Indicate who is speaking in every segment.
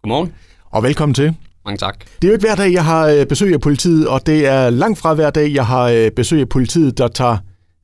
Speaker 1: Godmorgen.
Speaker 2: Og velkommen til.
Speaker 1: Mange tak.
Speaker 2: Det er jo ikke hver dag, jeg har besøg af politiet, og det er langt fra hver dag, jeg har besøg af politiet, der tager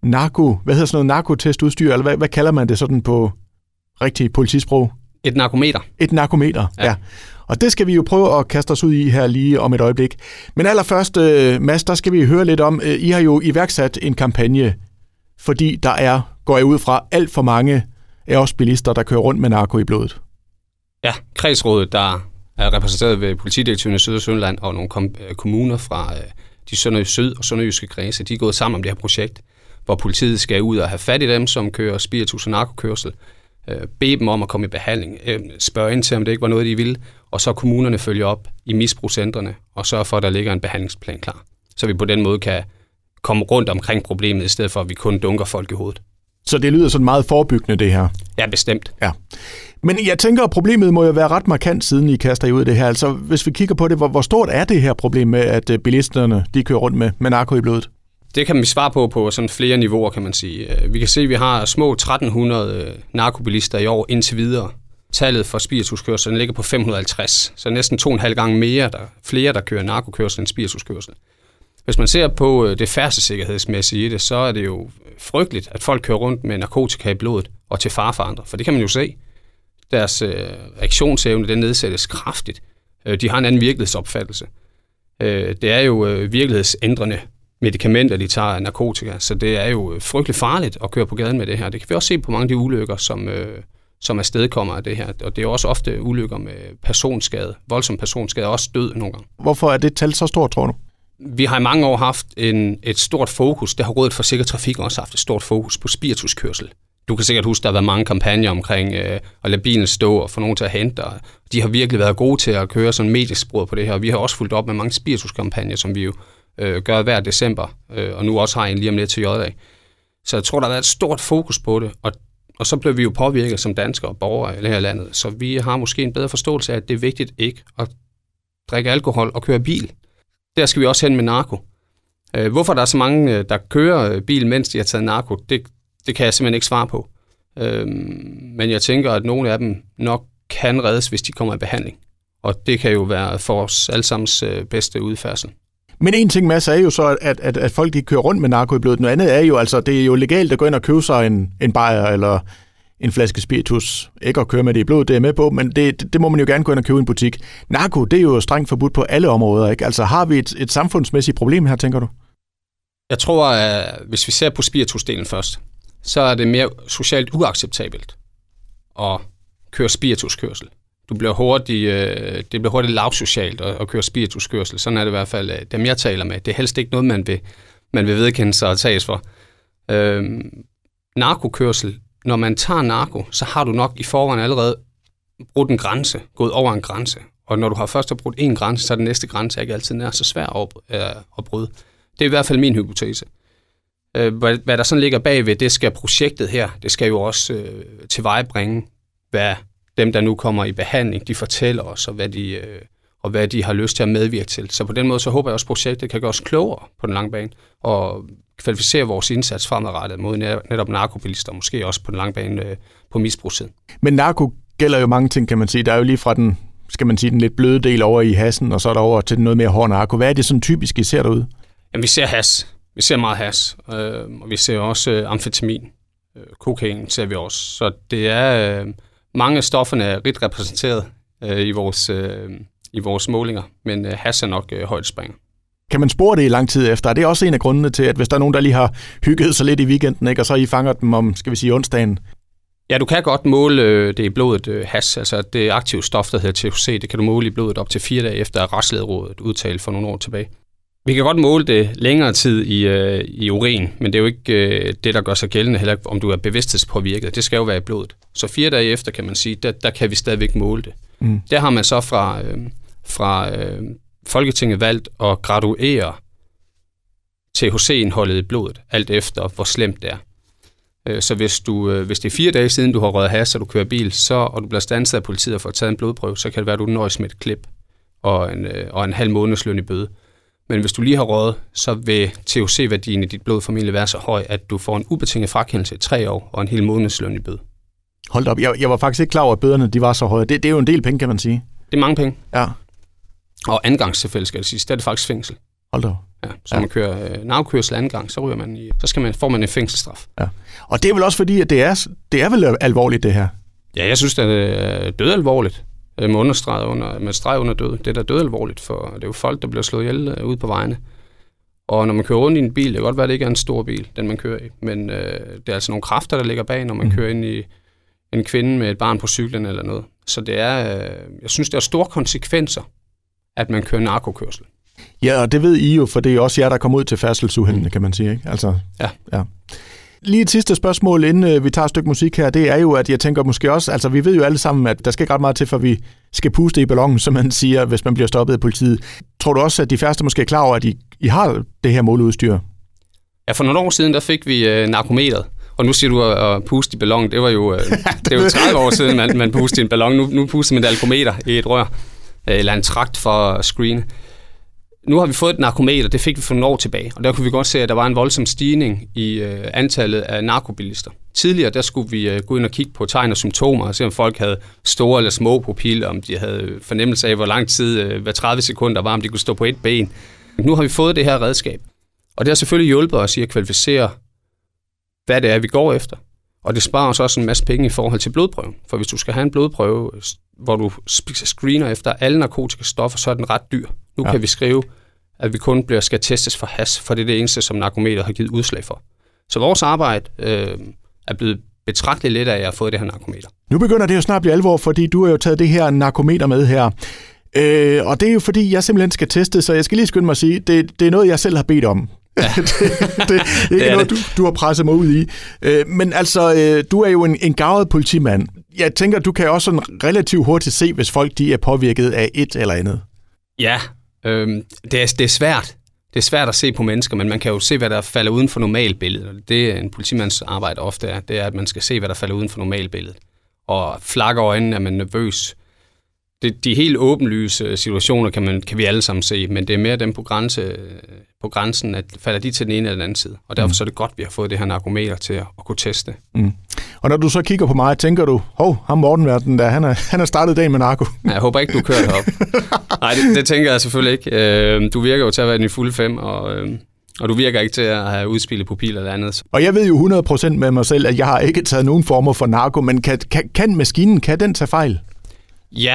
Speaker 2: narkotestudstyr, eller hvad kalder man det sådan på rigtig politisprog?
Speaker 1: Et narkometer.
Speaker 2: Et narkometer, ja. Og det skal vi jo prøve at kaste os ud i her lige om et øjeblik. Men allerførst, Mads, der skal vi høre lidt om, I har jo iværksat en kampagne, fordi der går jeg ud fra, alt for mange af os bilister, der kører rundt med narko i blodet.
Speaker 1: Ja, kredsrådet, der er repræsenteret ved politidirektøren i Syd- og Sønderjylland og nogle kommuner fra de syd- og sønderjyske kredse, de er gået sammen om det her projekt, hvor politiet skal ud og have fat i dem, som kører spiritus- og narkokørsel, bede dem om at komme i behandling, spørge ind til, om det ikke var noget, de ville, og så kommunerne følger op i misbrugscentrene og sørge for, at der ligger en behandlingsplan klar. Så vi på den måde kan komme rundt omkring problemet, i stedet for, at vi kun dunker folk i hovedet.
Speaker 2: Så det lyder sådan meget forebyggende, det her?
Speaker 1: Ja, bestemt.
Speaker 2: Ja. Men jeg tænker, at problemet må jo være ret markant, siden I kaster I ud af det her. Altså, hvis vi kigger på det, hvor stort er det her problem med, at bilisterne de kører rundt med narko i blodet?
Speaker 1: Det kan vi svare på sådan flere niveauer, kan man sige. Vi kan se, at vi har små 1300 narkobilister i år indtil videre. Tallet for spirituskørsel ligger på 550, så næsten 2,5 gange flere, der kører narkokørsel end spirituskørsel. Hvis man ser på det færdselssikkerhedsmæssige i det, så er det jo frygteligt, at folk kører rundt med narkotika i blodet og til fare for andre. For det kan man jo se. Deres reaktionsevne, den nedsættes kraftigt. De har en anden virkelighedsopfattelse. Det er jo virkelighedsændrende medicamenter, de tager af narkotika, så det er jo frygteligt farligt at køre på gaden med det her. Det kan vi også se på mange af de ulykker, som afstedkommer af det her. Og det er også ofte ulykker med personskade, voldsom personskade og også død nogle gange.
Speaker 2: Hvorfor er det tal så stort, tror du?
Speaker 1: Vi har i mange år haft et stort fokus. Det har Rådet for Sikker Trafik også haft et stort fokus på spirituskørsel. Du kan sikkert huske, der har været mange kampagner omkring at lade bilen stå og få nogen til at hente. De har virkelig været gode til at køre sådan mediesprog på det her. Vi har også fulgt op med mange spirituskampagner, som vi jo gør hver december, og nu også har en lige om lidt til J-dag. Så jeg tror, der har været et stort fokus på det, og så blev vi jo påvirket som danskere og borgere i det her landet. Så vi har måske en bedre forståelse af, at det er vigtigt ikke at drikke alkohol og køre bil. Der skal vi også hen med narko. Hvorfor der er så mange, der kører bil, mens de har taget narko, det kan jeg simpelthen ikke svare på. Men jeg tænker, at nogle af dem nok kan reddes, hvis de kommer i behandling. Og det kan jo være for os allesammens bedste udfærdsel.
Speaker 2: Men en ting, Mads, er jo så, at folk de kører rundt med narko i blodet. Noget andet er jo, altså det er jo legalt at gå ind og købe sig en bajer eller en flaske spiritus. Ikke at køre med det i blodet, det er med på, men det må man jo gerne gå ind og købe i en butik. Narko, det er jo strengt forbudt på alle områder, ikke? Altså har vi et samfundsmæssigt problem her, tænker du? Jeg
Speaker 1: tror, at hvis vi ser på spiritusdelen først, så er det mere socialt uacceptabelt at køre spirituskørsel. Det bliver hurtigt lavsocialt at køre spirituskørsel. Sådan er det i hvert fald dem, jeg taler med. Det er helst ikke noget, man vil vedkende sig og tages for. Narkokørsel, når man tager narko, så har du nok i forvejen allerede brudt en grænse, gået over en grænse. Og når du har først brudt en grænse, så er den næste grænse ikke altid nær så svær at bryde. Det er i hvert fald min hypotese. Hvad der sådan ligger bagved, det skal projektet her, det skal jo også tilvejebringe, hvad dem, der nu kommer i behandling, de fortæller os, og hvad de har lyst til at medvirke til. Så på den måde, så håber jeg også, at projektet kan gøre os klogere på den lange bane, og kvalificere vores indsats fremadrettet mod netop narkobilister, måske også på den lange bane på misbrugssiden.
Speaker 2: Men narko gælder jo mange ting, kan man sige. Der er jo lige fra den, skal man sige, den lidt bløde del over i hassen, og så er der over til den noget mere hård narko. Hvad er det sådan typisk, I ser derude?
Speaker 1: Jamen, vi ser has. Vi ser meget has, og vi ser også amfetamin. Kokain ser vi også. Så det er mange af stofferne er rigt repræsenteret i vores målinger, men has er nok højt springer.
Speaker 2: Kan man spore det i lang tid efter? Er det også en af grundene til, at hvis der er nogen, der lige har hygget sig lidt i weekenden, ikke, og så I fanger dem om, skal vi sige, onsdagen?
Speaker 1: Ja, du kan godt måle det i blodet has, altså det aktive stof, der hedder THC, det kan du måle i blodet op til 4 dage efter, at Retslægerådet udtalte for nogle år tilbage. Vi kan godt måle det længere tid i urin, men det er jo ikke det, der gør sig gældende, heller om du er bevidsthedspåvirket. Det skal jo være i blodet. Så 4 dage efter, kan man sige, der kan vi stadigvæk måle det. Mm. Der har man så fra Folketinget valgt at graduere THC-indholdet i blodet, alt efter hvor slemt det er. Så hvis det er 4 dage siden, du har røget hash, og du kører bil, og du bliver standset af politiet og får taget en blodprøve, så kan det være, at du nøjes med et klip og en halv månedsløn i bøde. Men hvis du lige har røget, så vil THC-værdien i dit blod formentlig være så høj, at du får en ubetinget frakendelse i 3 år og en hel månedsløn i bøde.
Speaker 2: Hold op, jeg var faktisk ikke klar over, at bøderne de var så høje. Det er jo en del penge, kan man sige.
Speaker 1: Det er mange penge.
Speaker 2: Ja.
Speaker 1: Og angangstilfælde, skal jeg sige, der er det faktisk fængsel.
Speaker 2: Hold da.
Speaker 1: Ja, så man kører narkokørsel angang, så får man en fængselsstraf.
Speaker 2: Ja. Og det er vel også fordi, at det er vel alvorligt, det her?
Speaker 1: Ja, jeg synes, det er dødalvorligt. Med streg under død. Det er da dødalvorligt, for det er jo folk, der bliver slået ihjel ude på vejene. Og når man kører rundt i en bil, det kan godt være, at det ikke er en stor bil, den man kører i, men det er altså nogle kræfter, der ligger bag, når man kører ind i en kvinde med et barn på cyklen eller noget. Så det er, jeg synes, det er store konsekvenser, at man kører narkokørsel.
Speaker 2: Ja, og det ved I jo, for det er også jer, der kommer ud til færdselsuheldene, kan man sige, ikke? Altså, ja. Lige et sidste spørgsmål, inden vi tager et stykke musik her, det er jo, at jeg tænker måske også, altså vi ved jo alle sammen, at der skal ikke ret meget til, for vi skal puste i ballonen, som man siger, hvis man bliver stoppet af politiet. Tror du også, at de færreste måske er klar over, at I har det her måleudstyr?
Speaker 1: Ja, for nogle år siden, der fik vi narkometeret. Og nu siger du at puste i ballonen. Det var jo, det var 30 år siden, man pustede i en ballon. Nu puster man et alkometer i et rør, eller en trakt for at screene. Nu har vi fået et narkometer, det fik vi for nogle år tilbage, og der kunne vi godt se, at der var en voldsom stigning i antallet af narkobilister. Tidligere, der skulle vi gå ind og kigge på tegn og symptomer, og se om folk havde store eller små pupiller, om de havde fornemmelse af, hvor lang tid, hver 30 sekunder var, om de kunne stå på et ben. Nu har vi fået det her redskab, og det har selvfølgelig hjulpet os i at kvalificere, hvad det er, vi går efter. Og det sparer os også en masse penge i forhold til blodprøven. For hvis du skal have en blodprøve, hvor du screener efter alle narkotiske stoffer, så er den ret dyr. Nu kan vi skrive, at vi kun skal testes for hash, for det er det eneste, som narkometer har givet udslag for. Så vores arbejde er blevet betragteligt lidt af, at jeg har fået det her narkometer.
Speaker 2: Nu begynder det jo snart at blive alvor, fordi du har jo taget det her narkometer med her. Og det er jo fordi, jeg simpelthen skal teste, så jeg skal lige skynde mig at sige, det er noget, jeg selv har bedt om. Ja. det er ikke noget, du har presset mig ud i. Men altså, du er jo en garvet politimand. Jeg tænker, du kan også sådan relativt hurtigt se, hvis folk de er påvirket af et eller andet.
Speaker 1: Ja, det er svært. Det er svært at se på mennesker, men man kan jo se, hvad der falder uden for normalbilledet. Det en politimands arbejde ofte er, det er, at man skal se, hvad der falder uden for normalbilledet. Og flakker øjnene, er man nervøs. De helt åbenlyse situationer kan vi alle sammen se, men det er mere dem på grænsen, at falder de til den ene eller den anden side. Og derfor så er det godt, at vi har fået det her narkometer til at kunne teste. Mm.
Speaker 2: Og når du så kigger på mig, tænker du, ham Morten, han har startet dagen med narko.
Speaker 1: Ja, jeg håber ikke, du kører derop. Nej, det tænker jeg selvfølgelig ikke. Du virker jo til at være i den fulde 5, og du virker ikke til at have udspillet pupiller eller andet.
Speaker 2: Og jeg ved jo 100% med mig selv, at jeg har ikke taget nogen former for narko, men kan maskinen, kan den tage fejl?
Speaker 1: Ja,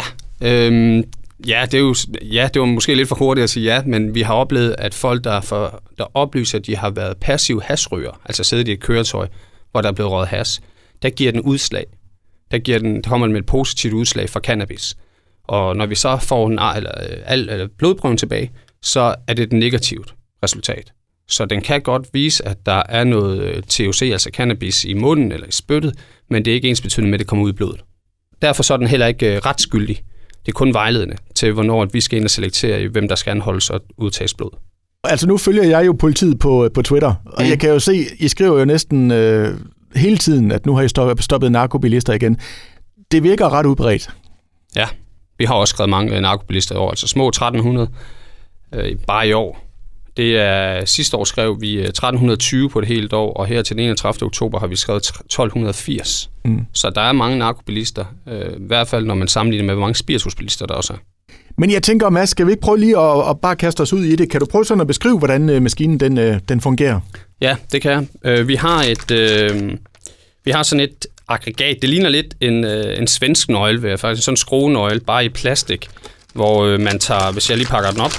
Speaker 1: det var måske lidt for hurtigt at sige ja, men vi har oplevet, at folk, der oplyser, at de har været passive hashryger, altså siddet i et køretøj, hvor der er blevet røget hash, der giver den udslag. Der kommer den med et positivt udslag for cannabis. Og når vi så får blodprøven tilbage, så er det et negativt resultat. Så den kan godt vise, at der er noget THC, altså cannabis, i munden eller i spyttet, men det er ikke ensbetydende med, at det kommer ud i blodet. Derfor så er den heller ikke retsskyldig. Det er kun vejledende til, hvornår vi skal ind og selektere, hvem der skal anholdes og udtages blod.
Speaker 2: Altså nu følger jeg jo politiet på Twitter, og jeg kan jo se, I skriver jo næsten hele tiden, at nu har I stoppet narkobilister igen. Det virker ret udbredt.
Speaker 1: Ja, vi har også skrevet mange narkobilister i år, altså små 1300 bare i år. Det er sidste år skrev vi 1320 på det hele år, og her til den 31. oktober har vi skrevet 1280. Så der er mange narkobilister, i hvert fald når man sammenligner med, hvor mange spiritusbilister der også er.
Speaker 2: Men jeg tænker, Mads, skal vi ikke prøve lige at bare kaste os ud i det? Kan du prøve sådan at beskrive, hvordan maskinen den fungerer?
Speaker 1: Ja, det kan jeg. Vi har sådan et aggregat. Det ligner lidt en svensk nøgle, faktisk sådan en skruenøgle, bare i plastik, hvor man tager, hvis jeg lige pakker den op,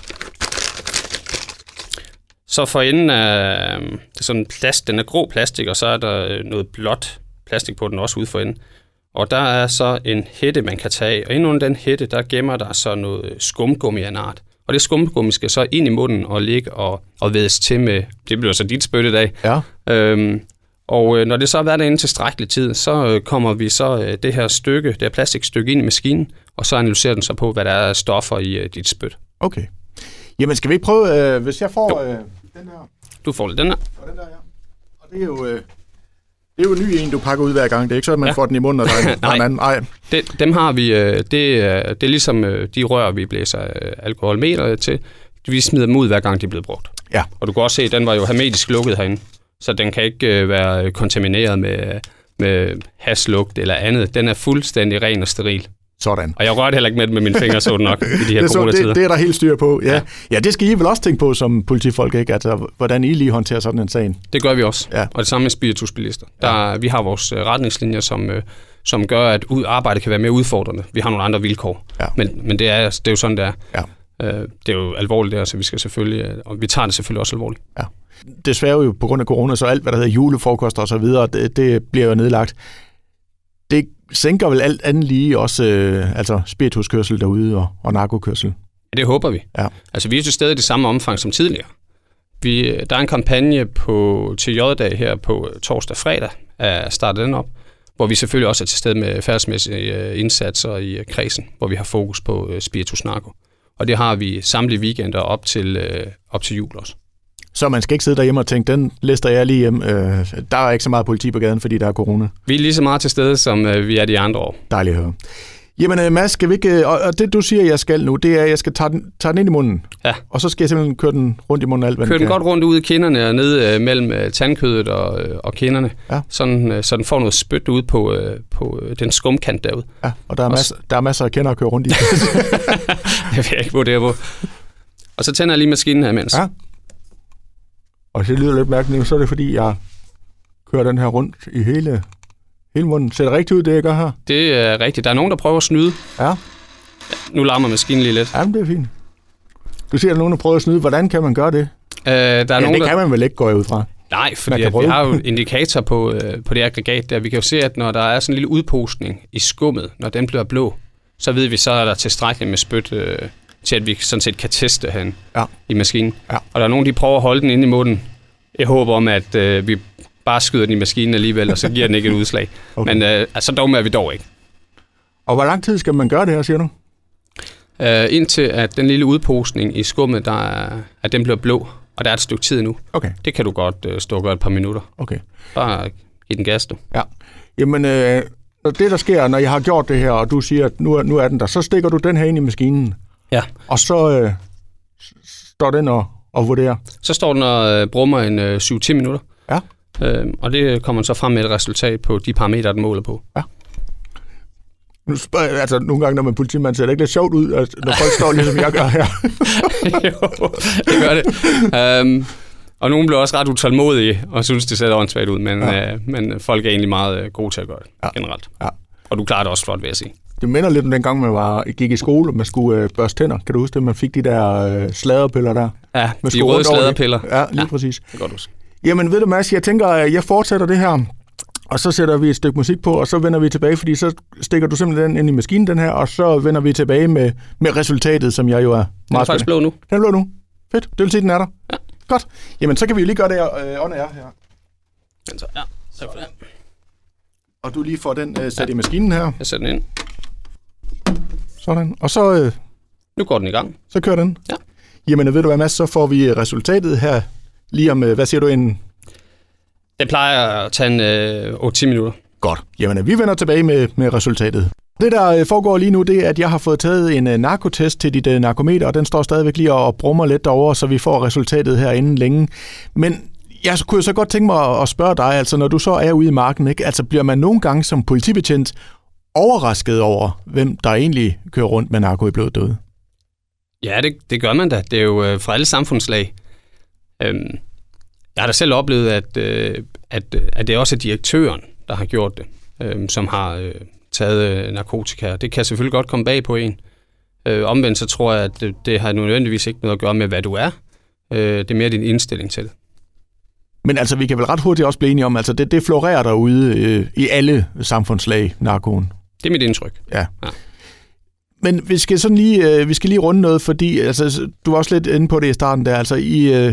Speaker 1: så for enden af sådan plast, den er grå plastik, og så er der noget blåt plastik på den også ude for enden. Og der er så en hætte, man kan tage, og inden under den hætte, der gemmer der så noget skumgummi af en art. Og det skumgummi skal så ind i munden og ligge og vædes til med, det bliver så dit spyt i dag. Ja. Og når det så har været derinde tilstrækkelig tid, så kommer vi så det her plastikstykke ind i maskinen, og så analyserer den så på, hvad der er stoffer i dit spyt.
Speaker 2: Okay. Jamen skal vi ikke prøve, hvis jeg får den der?
Speaker 1: Du får lidt den her.
Speaker 2: Og den der, ja. Og det er jo en ny en, du pakker ud hver gang. Det er ikke sådan, at man får den i munden, og der er en anden. Nej.
Speaker 1: Dem har vi, det er ligesom de rør, vi blæser alkoholmeter til. Vi smider dem ud, hver gang de er blevet brugt. Ja. Og du kan også se, at den var jo hermetisk lukket herinde, så den kan ikke være kontamineret med hashlugt eller andet. Den er fuldstændig ren og steril.
Speaker 2: Sådan.
Speaker 1: Og jeg rørte heller ikke med mine fingre, så nok, i de her coronatider.
Speaker 2: Det er der helt styr på, ja. Ja, det skal I vel også tænke på som politifolk, ikke? Altså, hvordan I lige håndterer sådan en sag.
Speaker 1: Det gør vi også,
Speaker 2: ja.
Speaker 1: Og det samme med spiritusbilister. Vi har vores retningslinjer, som gør, at arbejdet kan være mere udfordrende. Vi har nogle andre vilkår, men det er jo sådan, det er. Ja. Det er jo alvorligt der, så vi skal selvfølgelig, og vi tager det selvfølgelig også alvorligt.
Speaker 2: Ja. Desværre jo på grund af corona, så alt, hvad der hedder julefrokoster og så videre, det bliver jo nedlagt. Det sænker vel alt andet lige også altså spirituskørsel derude og narkokørsel?
Speaker 1: Ja, det håber vi. Ja. Altså, vi er til stede i det samme omfang som tidligere. Der er en kampagne til J-dag her på torsdag og fredag, at starte den op, hvor vi selvfølgelig også er til stede med færdsmæssige indsatser i kredsen, hvor vi har fokus på spiritus narko. Og det har vi samtlige weekender op til jul også. Så man skal ikke sidde derhjemme og tænke, den lister jeg lige hjem. Der er ikke så meget politi på gaden, fordi der er corona. Vi er lige så meget til stede, som vi er de andre år. Dejligt at høre. Jamen Mads, skal vi ikke, og det du siger, jeg skal nu, det er, at jeg skal tage den ind i munden. Ja. Og så skal jeg simpelthen køre den rundt i munden alt, hvad den kan. Køre den godt rundt ud i kinderne og ned mellem tandkødet og kinderne. Ja. Sådan, så den får noget spyt ud på den skumkant derude. Ja, og der er masser af kinder at køre rundt i. Jeg ved ikke, hvor det er på. Og så tænder jeg lige maskinen her imens. Ja. Og det lyder lidt mærkeligt, så er det fordi, jeg kører den her rundt i hele munden. Ser det rigtigt ud, det jeg gør her? Det er rigtigt. Der er nogen, der prøver at snyde. Ja. Nu larmer maskinen lige lidt. Jamen, det er fint. Du siger, at der er nogen, der prøver at snyde. Hvordan kan man gøre det? Det kan man vel ikke gå ud fra? Nej, fordi vi har jo en indikator på det aggregat der. Vi kan jo se, at når der er sådan en lille udpostning i skummet, når den bliver blå, så ved vi, så er der tilstrækkeligt med spyt til, at vi sådan set kan teste hen i maskinen. Ja. Og der er nogen, de prøver at holde den inde i munden. Jeg håber om, at vi bare skyder den i maskinen alligevel, og så giver den ikke et udslag. Okay. Men så dumme er vi dog ikke. Og hvor lang tid skal man gøre det her, siger du? Indtil at den lille udpostning i skummet, at den bliver blå, og der er et stykke tid nu. Okay. Det kan du godt stå og gøre et par minutter. Okay. Bare give den gas, du. Ja. Jamen, det der sker, når jeg har gjort det her, og du siger, at nu er den der, så stikker du den her ind i maskinen. Ja. Og så står den og vurderer. Så står den og brummer en 7-10 minutter. Ja. Og det kommer så frem med et resultat på de parametre, den måler på. Ja. Nu spørger jeg, altså nogle gange, når man er politimand, ser det ikke lidt sjovt ud, når folk står ligesom jeg gør her. Jo, det gør det. Og nogen bliver også ret utålmodige og synes, det ser åndssvagt ud, men folk er egentlig meget gode til at gøre det generelt. Ja. Og du klarer det også flot, vil jeg sige. Det minder lidt om den gang, man gik i skole, og man skulle børste tænder. Kan du huske det? Man fik de der sladderpiller der. Ja, de røde sladderpiller. Ja, lige præcis. Det kan godt huske. Jamen ved du, Mads, jeg tænker, at jeg fortsætter det her, og så sætter vi et stykke musik på, og så vender vi tilbage, fordi så stikker du simpelthen den ind i maskinen, den her, og så vender vi tilbage med resultatet, som jeg jo er meget spændende. Den er faktisk blå nu. Den er blå nu. Fedt. Det vil sige, den er der. Ja. Godt. Jamen, så kan vi jo lige gøre det on air her. Så, ja, tak for det. Og du lige får den sat i maskinen her. Jeg sætter den ind. Sådan. Og så... nu går den i gang. Så kører den. Ja. Jamen, ved du hvad, Mads, så får vi resultatet her lige om, hvad siger du, det plejer at tage 8-10 minutter. Godt. Jamen, vi vender tilbage med resultatet. Det, der foregår lige nu, det er, at jeg har fået taget en narkotest til dit narkometer, og den står stadigvæk lige og brummer lidt derovre, så vi får resultatet her inden længe. Men jeg kunne så godt tænke mig at spørge dig, altså når du så er ude i marken, ikke? Altså bliver man nogle gange som politibetjent overrasket over, hvem der egentlig kører rundt med narko i blodet derude? Ja, det gør man da. Det er jo fra alle samfundslag. Jeg har da selv oplevet, at det også er direktøren, der har gjort det, som har taget narkotika. Det kan selvfølgelig godt komme bag på en. Omvendt så tror jeg, at det har nødvendigvis ikke noget at gøre med, hvad du er. Det er mere din indstilling til det. Men altså, vi kan vel ret hurtigt også blive enige om, altså det florerer derude i alle samfundslag, narkoen. Det er mit indtryk. Ja. Men vi skal lige runde noget, fordi altså, du var også lidt inde på det i starten der, altså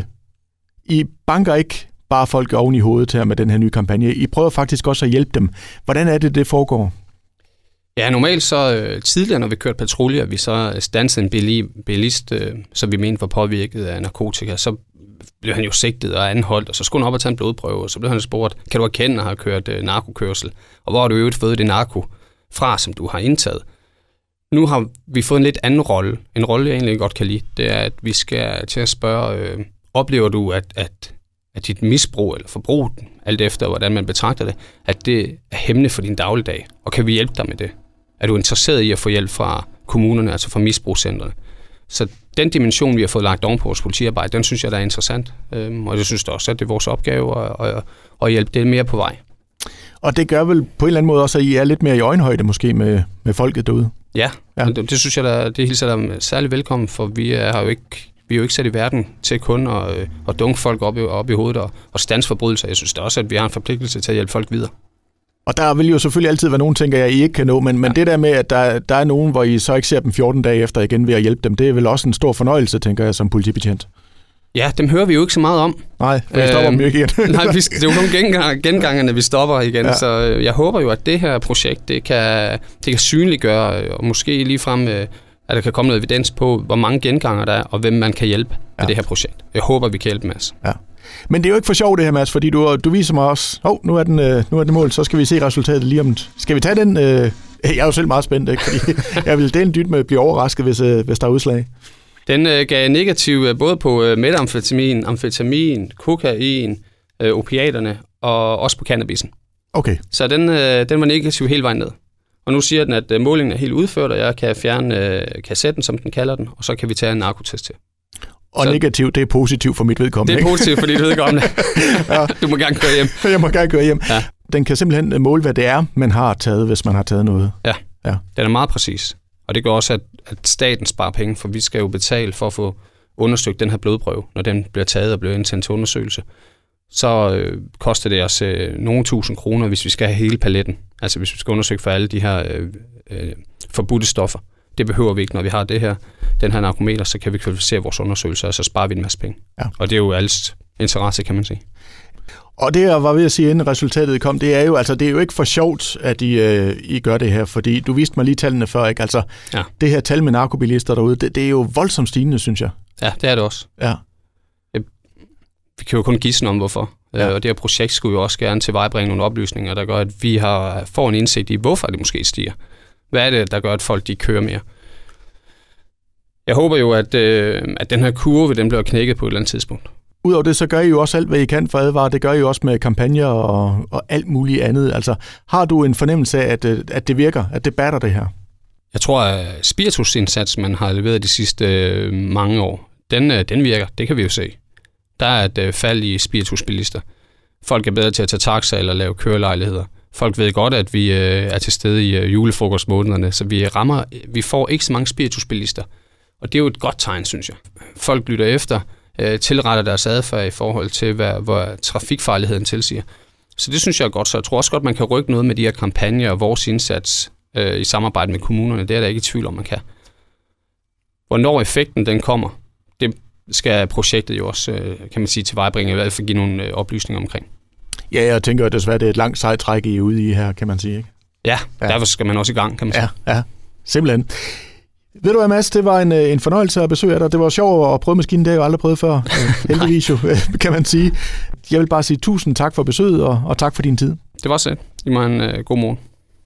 Speaker 1: I banker ikke bare folk oven i hovedet her med den her nye kampagne. I prøver faktisk også at hjælpe dem. Hvordan er det foregår? Ja, normalt så tidligere, når vi kørte patruljer, vi så standsede en bilist, som vi mente var påvirket af narkotika, så blev han jo sigtet og anholdt, og så skulle han op og tage en blodprøve, og så blev han spurgt, kan du erkende at have kørt narkokørsel? Og hvor har du øvrigt fået det narko fra, som du har indtaget? Nu har vi fået en lidt anden rolle. En rolle, jeg egentlig godt kan lide. Det er, at vi skal til at spørge, oplever du, at dit misbrug eller forbrug, alt efter hvordan man betragter det, at det er hæmmende for din dagligdag, og kan vi hjælpe dig med det? er du interesseret i at få hjælp fra kommunerne, altså fra misbrugscentrene. Så den dimension, vi har fået lagt oven på vores politiarbejde, den synes jeg, der er interessant. Og jeg synes også, at det er vores opgave at hjælpe det mere på vej. Og
Speaker 2: det gør vel på en eller anden måde også, at I er lidt mere i øjenhøjde måske med folket derude?
Speaker 1: Ja. Det synes jeg, det hilser dig særlig velkommen, for vi er jo ikke sat i verden til kun at dunke folk op i hovedet og standse forbrydelser. Jeg synes da også, at vi har en forpligtelse til at hjælpe folk videre.
Speaker 2: Og der vil jo selvfølgelig altid være nogen, tænker jeg, I ikke kan nå, men det der med, at der er nogen, hvor I så ikke ser dem 14 dage efter igen ved at hjælpe dem, det er vel også en stor fornøjelse, tænker jeg, som politibetjent.
Speaker 1: Ja, dem hører vi jo ikke så meget om.
Speaker 2: Nej, for I stopper dem jo ikke igen.
Speaker 1: Nej, det er jo kun gengangerne, vi stopper igen, ja. Så jeg håber jo, at det her projekt, det kan synliggøre, og måske ligefrem, at der kan komme noget evidens på, hvor mange genganger der er, og hvem man kan hjælpe med det her projekt. Jeg håber, vi kan hjælpe Mads.
Speaker 2: Ja. Men det er jo ikke for sjovt det her, Mads, fordi du viser mig også, nu er den mål, så skal vi se resultatet lige om. Skal vi tage den? Jeg er jo selv meget spændt, ikke? Fordi jeg vil den dyt med blive overrasket, hvis der er udslag.
Speaker 1: Den gav negativ både på metamfetamin, amfetamin, kokain, opiaterne og også på cannabisen.
Speaker 2: Okay.
Speaker 1: Så den var negativ hele vejen ned. Og nu siger den, at målingen er helt udført, og jeg kan fjerne kassetten, som den kalder den, og så kan vi tage en narkotest til.
Speaker 2: Og så negativt, det er positivt for mit vedkommende.
Speaker 1: Det er positivt for dit vedkommende. Ja. Du må gerne køre hjem.
Speaker 2: Jeg må gerne køre hjem. Ja. Den kan simpelthen måle, hvad det er, man har taget, hvis man har taget noget.
Speaker 1: Ja. Den er meget præcis. Og det gør også, at staten sparer penge, for vi skal jo betale for at få undersøgt den her blodprøve, når den bliver taget og bliver indsendt til undersøgelse. Så koster det os nogle 1000 kroner, hvis vi skal have hele paletten. Altså hvis vi skal undersøge for alle de her forbudte stoffer. Det behøver vi ikke, når vi har den her narkometer, så kan vi kvalificere vores undersøgelser, og så sparer vi en masse penge. Ja. Og det er jo alles interesse, kan man sige.
Speaker 2: Og det, jeg var ved at sige, inden resultatet kom, det er jo ikke for sjovt, at I gør det her, fordi du viste mig lige tallene før, ikke? Altså, det her tal med narkobilister derude, det er jo voldsomt stigende, synes jeg.
Speaker 1: Ja, det er det også.
Speaker 2: Ja.
Speaker 1: Vi kan jo kun gisne om, hvorfor. Ja. Og det her projekt skulle jo også gerne tilvejebringe nogle oplysninger, der gør, at vi får en indsigt i, hvorfor det måske stiger. Hvad er det, der gør, at folk de kører mere? Jeg håber jo, at den her kurve, den bliver knækket på et eller andet tidspunkt.
Speaker 2: Udover det, så gør I jo også alt, hvad I kan for advare. Det gør I jo også med kampagner og alt muligt andet. Altså, har du en fornemmelse af, at det virker, at det batter det her?
Speaker 1: Jeg tror, at spiritusindsats, man har leveret de sidste mange år, den virker. Det kan vi jo se. Der er et fald i spiritusbilister. Folk er bedre til at tage taxa eller lave kørelejligheder. Folk ved godt, at vi er til stede i julefrokostmånederne, så vi får ikke så mange spiritusbilister. Og det er jo et godt tegn, synes jeg. Folk lytter efter, tilretter deres adfærd i forhold til, hvad trafikfarligheden tilsiger. Så det synes jeg er godt, så jeg tror også godt, man kan rykke noget med de her kampagner og vores indsats i samarbejde med kommunerne. Det er der ikke i tvivl om, man kan. Hvornår effekten den kommer, det skal projektet jo også, kan man sige, tilvejebringe, i hvert fald give nogle oplysninger omkring.
Speaker 2: Ja, jeg tænker jo desværre, det er et langt sejt træk, I er ude i her, kan man sige, ikke?
Speaker 1: Ja, derfor skal man også i gang, kan man sige.
Speaker 2: Ja, simpelthen. Ved du hvad, Mads, det var en fornøjelse at besøge dig. Det var sjovt at prøve maskinen, det har jeg jo aldrig prøvet før. Heldigvis jo, kan man sige. Jeg vil bare sige tusind tak for besøget, og tak for din tid.
Speaker 1: Det var så. I må have en god morgen.